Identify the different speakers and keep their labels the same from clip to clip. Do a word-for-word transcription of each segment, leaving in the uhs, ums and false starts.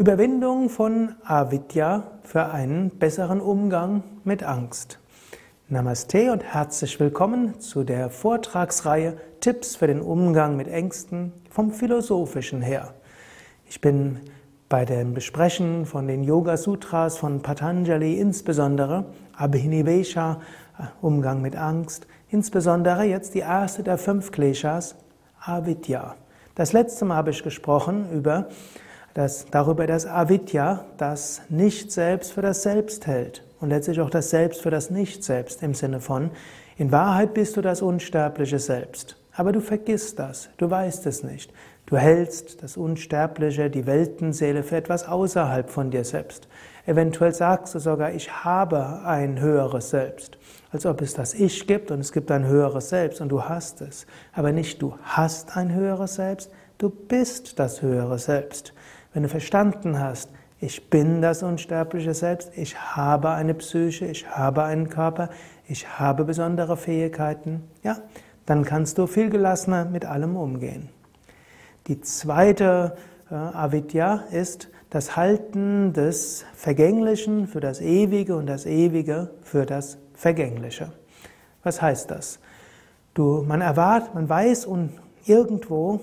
Speaker 1: Überwindung von Avidya für einen besseren Umgang mit Angst. Namaste und herzlich willkommen zu der Vortragsreihe Tipps für den Umgang mit Ängsten vom Philosophischen her. Ich bin bei dem Besprechen von den Yoga Sutras von Patanjali, insbesondere Abhinivesha, Umgang mit Angst, insbesondere jetzt die erste der fünf Kleshas, Avidya. Das letzte Mal habe ich gesprochen über das, darüber, dass Avidya das Nicht-Selbst für das Selbst hält und letztlich auch das Selbst für das Nicht-Selbst im Sinne von, in Wahrheit bist du das unsterbliche Selbst, aber du vergisst das, du weißt es nicht. Du hältst das Unsterbliche, die Weltenseele für etwas außerhalb von dir selbst. Eventuell sagst du sogar, ich habe ein höheres Selbst, als ob es das Ich gibt und es gibt ein höheres Selbst und du hast es. Aber nicht du hast ein höheres Selbst, du bist das höhere Selbst. Wenn du verstanden hast, ich bin das unsterbliche Selbst, ich habe eine Psyche, ich habe einen Körper, ich habe besondere Fähigkeiten, ja, dann kannst du viel gelassener mit allem umgehen. Die zweite äh, Avidya ist das Halten des Vergänglichen für das Ewige und das Ewige für das Vergängliche. Was heißt das? Du, man erwartet, man weiß und irgendwo,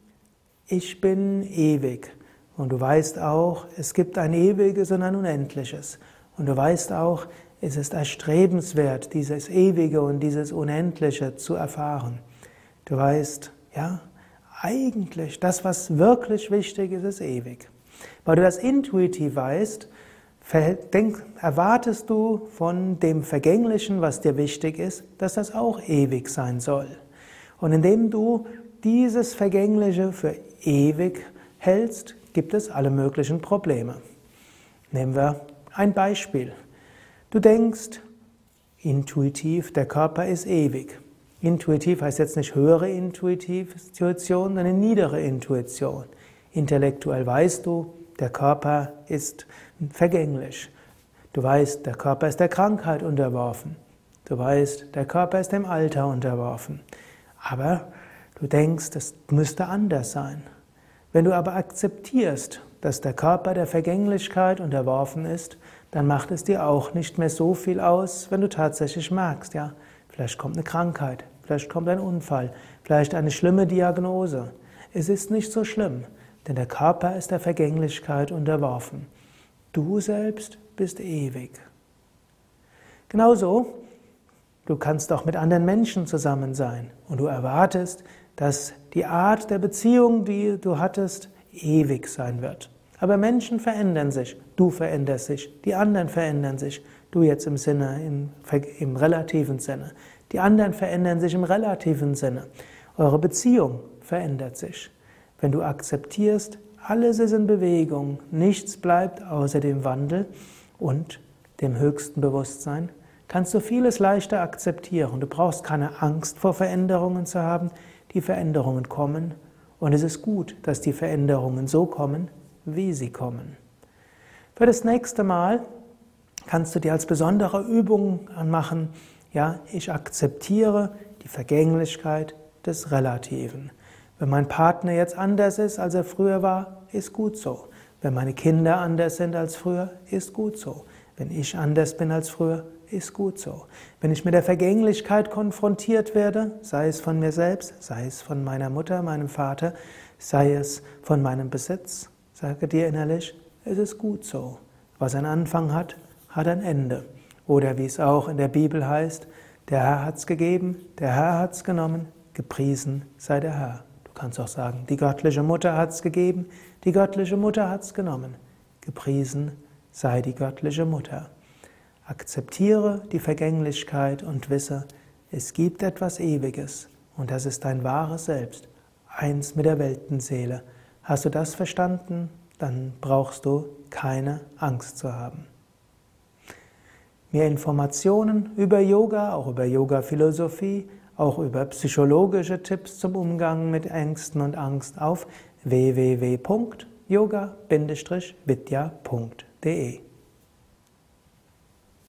Speaker 1: ich bin ewig. Und du weißt auch, es gibt ein Ewiges und ein Unendliches. Und du weißt auch, es ist erstrebenswert, dieses Ewige und dieses Unendliche zu erfahren. Du weißt, ja, eigentlich, das, was wirklich wichtig ist, ist ewig. Weil du das intuitiv weißt, denk, erwartest du von dem Vergänglichen, was dir wichtig ist, dass das auch ewig sein soll. Und indem du dieses Vergängliche für ewig hältst, gibt es alle möglichen Probleme. Nehmen wir ein Beispiel. Du denkst intuitiv, der Körper ist ewig. Intuitiv heißt jetzt nicht höhere Intuition, sondern eine niedere Intuition. Intellektuell weißt du, der Körper ist vergänglich. Du weißt, der Körper ist der Krankheit unterworfen. Du weißt, der Körper ist dem Alter unterworfen. Aber du denkst, es müsste anders sein. Wenn du aber akzeptierst, dass der Körper der Vergänglichkeit unterworfen ist, dann macht es dir auch nicht mehr so viel aus, wenn du tatsächlich merkst, ja, vielleicht kommt eine Krankheit, vielleicht kommt ein Unfall, vielleicht eine schlimme Diagnose. Es ist nicht so schlimm, denn der Körper ist der Vergänglichkeit unterworfen. Du selbst bist ewig. Genauso, du kannst auch mit anderen Menschen zusammen sein und du erwartest, dass die Art der Beziehung, die du hattest, ewig sein wird. Aber Menschen verändern sich, du veränderst dich, die anderen verändern sich, du jetzt im Sinne, im, im relativen Sinne. Die anderen verändern sich im relativen Sinne. Eure Beziehung verändert sich. Wenn du akzeptierst, alles ist in Bewegung, nichts bleibt außer dem Wandel und dem höchsten Bewusstsein, kannst du vieles leichter akzeptieren. Du brauchst keine Angst vor Veränderungen zu haben. Die Veränderungen kommen und es ist gut, dass die Veränderungen so kommen, wie sie kommen. Für das nächste Mal kannst du dir als besondere Übung machen, ja, ich akzeptiere die Vergänglichkeit des Relativen. Wenn mein Partner jetzt anders ist, als er früher war, ist gut so. Wenn meine Kinder anders sind als früher, ist gut so. Wenn ich anders bin als früher, ist gut so. Wenn ich mit der Vergänglichkeit konfrontiert werde, sei es von mir selbst, sei es von meiner Mutter, meinem Vater, sei es von meinem Besitz, sage dir innerlich, es ist gut so. Was einen Anfang hat, hat ein Ende. Oder wie es auch in der Bibel heißt, der Herr hat's gegeben, der Herr hat's genommen, gepriesen sei der Herr. Du kannst auch sagen, die göttliche Mutter hat's gegeben, die göttliche Mutter hat's genommen, gepriesen sei die göttliche Mutter. Akzeptiere die Vergänglichkeit und wisse, es gibt etwas Ewiges und das ist dein wahres Selbst, eins mit der Weltenseele. Hast du das verstanden, dann brauchst du keine Angst zu haben. Mehr Informationen über Yoga, auch über Yoga-Philosophie, auch über psychologische Tipps zum Umgang mit Ängsten und Angst auf w w w punkt yoga Bindestrich vidya punkt de.